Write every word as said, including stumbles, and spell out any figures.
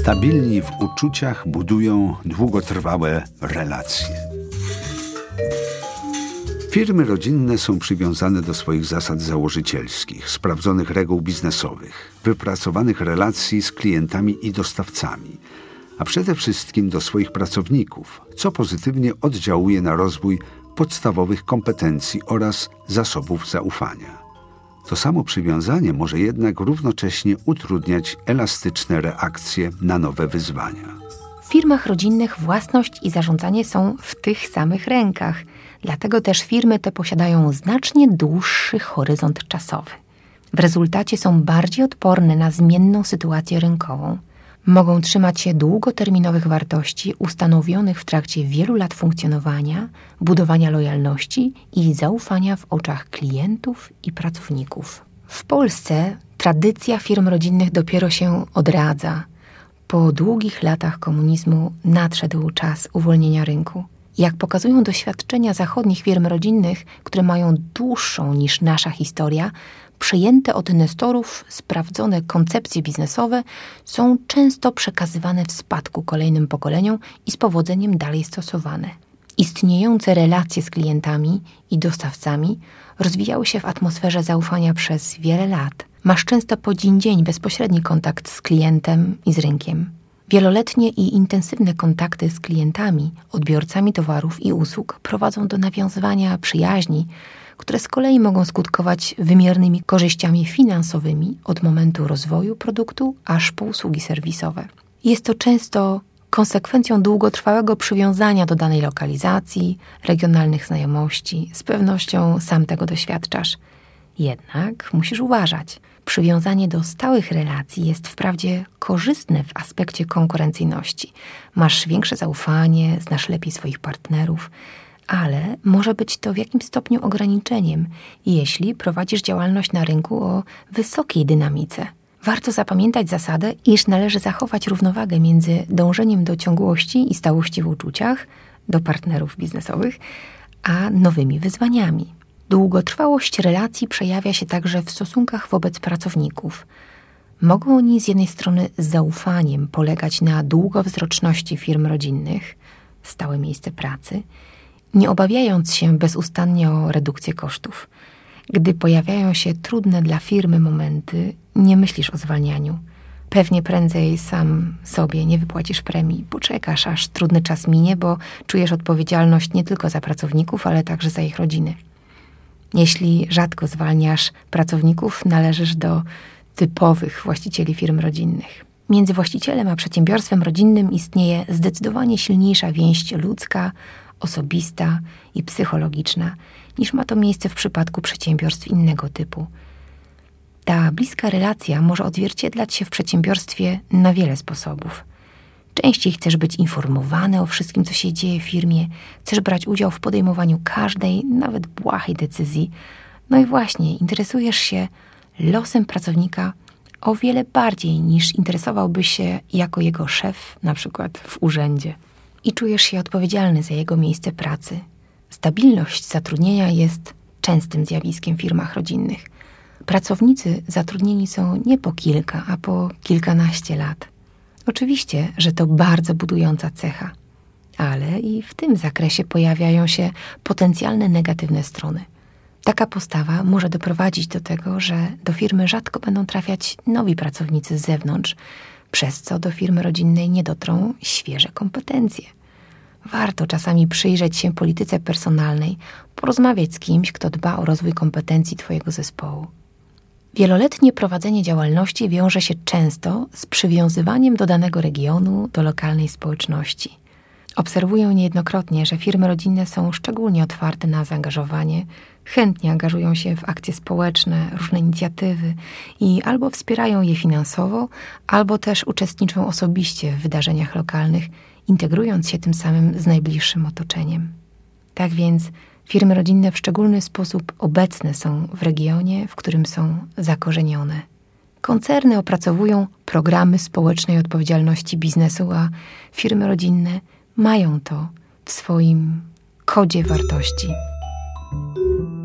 Stabilni w uczuciach budują długotrwałe relacje. Firmy rodzinne są przywiązane do swoich zasad założycielskich, sprawdzonych reguł biznesowych, wypracowanych relacji z klientami i dostawcami, a przede wszystkim do swoich pracowników, co pozytywnie oddziałuje na rozwój podstawowych kompetencji oraz zasobów zaufania. To samo przywiązanie może jednak równocześnie utrudniać elastyczne reakcje na nowe wyzwania. W firmach rodzinnych własność i zarządzanie są w tych samych rękach. Dlatego też firmy te posiadają znacznie dłuższy horyzont czasowy. W rezultacie są bardziej odporne na zmienną sytuację rynkową. Mogą trzymać się długoterminowych wartości ustanowionych w trakcie wielu lat funkcjonowania, budowania lojalności i zaufania w oczach klientów i pracowników. W Polsce tradycja firm rodzinnych dopiero się odradza. Po długich latach komunizmu nadszedł czas uwolnienia rynku. Jak pokazują doświadczenia zachodnich firm rodzinnych, które mają dłuższą niż nasza historia, przyjęte od nestorów sprawdzone koncepcje biznesowe są często przekazywane w spadku kolejnym pokoleniom i z powodzeniem dalej stosowane. Istniejące relacje z klientami i dostawcami rozwijały się w atmosferze zaufania przez wiele lat. Masz często po dzień dzień bezpośredni kontakt z klientem i z rynkiem. Wieloletnie i intensywne kontakty z klientami, odbiorcami towarów i usług prowadzą do nawiązywania przyjaźni, które z kolei mogą skutkować wymiernymi korzyściami finansowymi od momentu rozwoju produktu aż po usługi serwisowe. Jest to często konsekwencją długotrwałego przywiązania do danej lokalizacji, regionalnych znajomości. Z pewnością sam tego doświadczasz. Jednak musisz uważać. Przywiązanie do stałych relacji jest wprawdzie korzystne w aspekcie konkurencyjności. Masz większe zaufanie, znasz lepiej swoich partnerów, ale może być to w jakimś stopniu ograniczeniem, jeśli prowadzisz działalność na rynku o wysokiej dynamice. Warto zapamiętać zasadę, iż należy zachować równowagę między dążeniem do ciągłości i stałości w uczuciach do partnerów biznesowych, a nowymi wyzwaniami. Długotrwałość relacji przejawia się także w stosunkach wobec pracowników. Mogą oni z jednej strony z zaufaniem polegać na długowzroczności firm rodzinnych, stałe miejsce pracy, nie obawiając się bezustannie o redukcję kosztów. Gdy pojawiają się trudne dla firmy momenty, nie myślisz o zwalnianiu. Pewnie prędzej sam sobie nie wypłacisz premii, poczekasz, aż trudny czas minie, bo czujesz odpowiedzialność nie tylko za pracowników, ale także za ich rodziny. Jeśli rzadko zwalniasz pracowników, należysz do typowych właścicieli firm rodzinnych. Między właścicielem a przedsiębiorstwem rodzinnym istnieje zdecydowanie silniejsza więź ludzka, osobista i psychologiczna, niż ma to miejsce w przypadku przedsiębiorstw innego typu. Ta bliska relacja może odzwierciedlać się w przedsiębiorstwie na wiele sposobów. Częściej chcesz być informowany o wszystkim, co się dzieje w firmie, chcesz brać udział w podejmowaniu każdej, nawet błahej decyzji. No i właśnie, interesujesz się losem pracownika o wiele bardziej niż interesowałbyś się jako jego szef, na przykład w urzędzie. I czujesz się odpowiedzialny za jego miejsce pracy. Stabilność zatrudnienia jest częstym zjawiskiem w firmach rodzinnych. Pracownicy zatrudnieni są nie po kilka, a po kilkanaście lat. Oczywiście, że to bardzo budująca cecha, ale i w tym zakresie pojawiają się potencjalne negatywne strony. Taka postawa może doprowadzić do tego, że do firmy rzadko będą trafiać nowi pracownicy z zewnątrz, przez co do firmy rodzinnej nie dotrą świeże kompetencje. Warto czasami przyjrzeć się polityce personalnej, porozmawiać z kimś, kto dba o rozwój kompetencji Twojego zespołu. Wieloletnie prowadzenie działalności wiąże się często z przywiązywaniem do danego regionu, do lokalnej społeczności. Obserwuję niejednokrotnie, że firmy rodzinne są szczególnie otwarte na zaangażowanie, chętnie angażują się w akcje społeczne, różne inicjatywy i albo wspierają je finansowo, albo też uczestniczą osobiście w wydarzeniach lokalnych, integrując się tym samym z najbliższym otoczeniem. Tak więc firmy rodzinne w szczególny sposób obecne są w regionie, w którym są zakorzenione. Koncerny opracowują programy społecznej odpowiedzialności biznesu, a firmy rodzinne mają to w swoim kodzie wartości.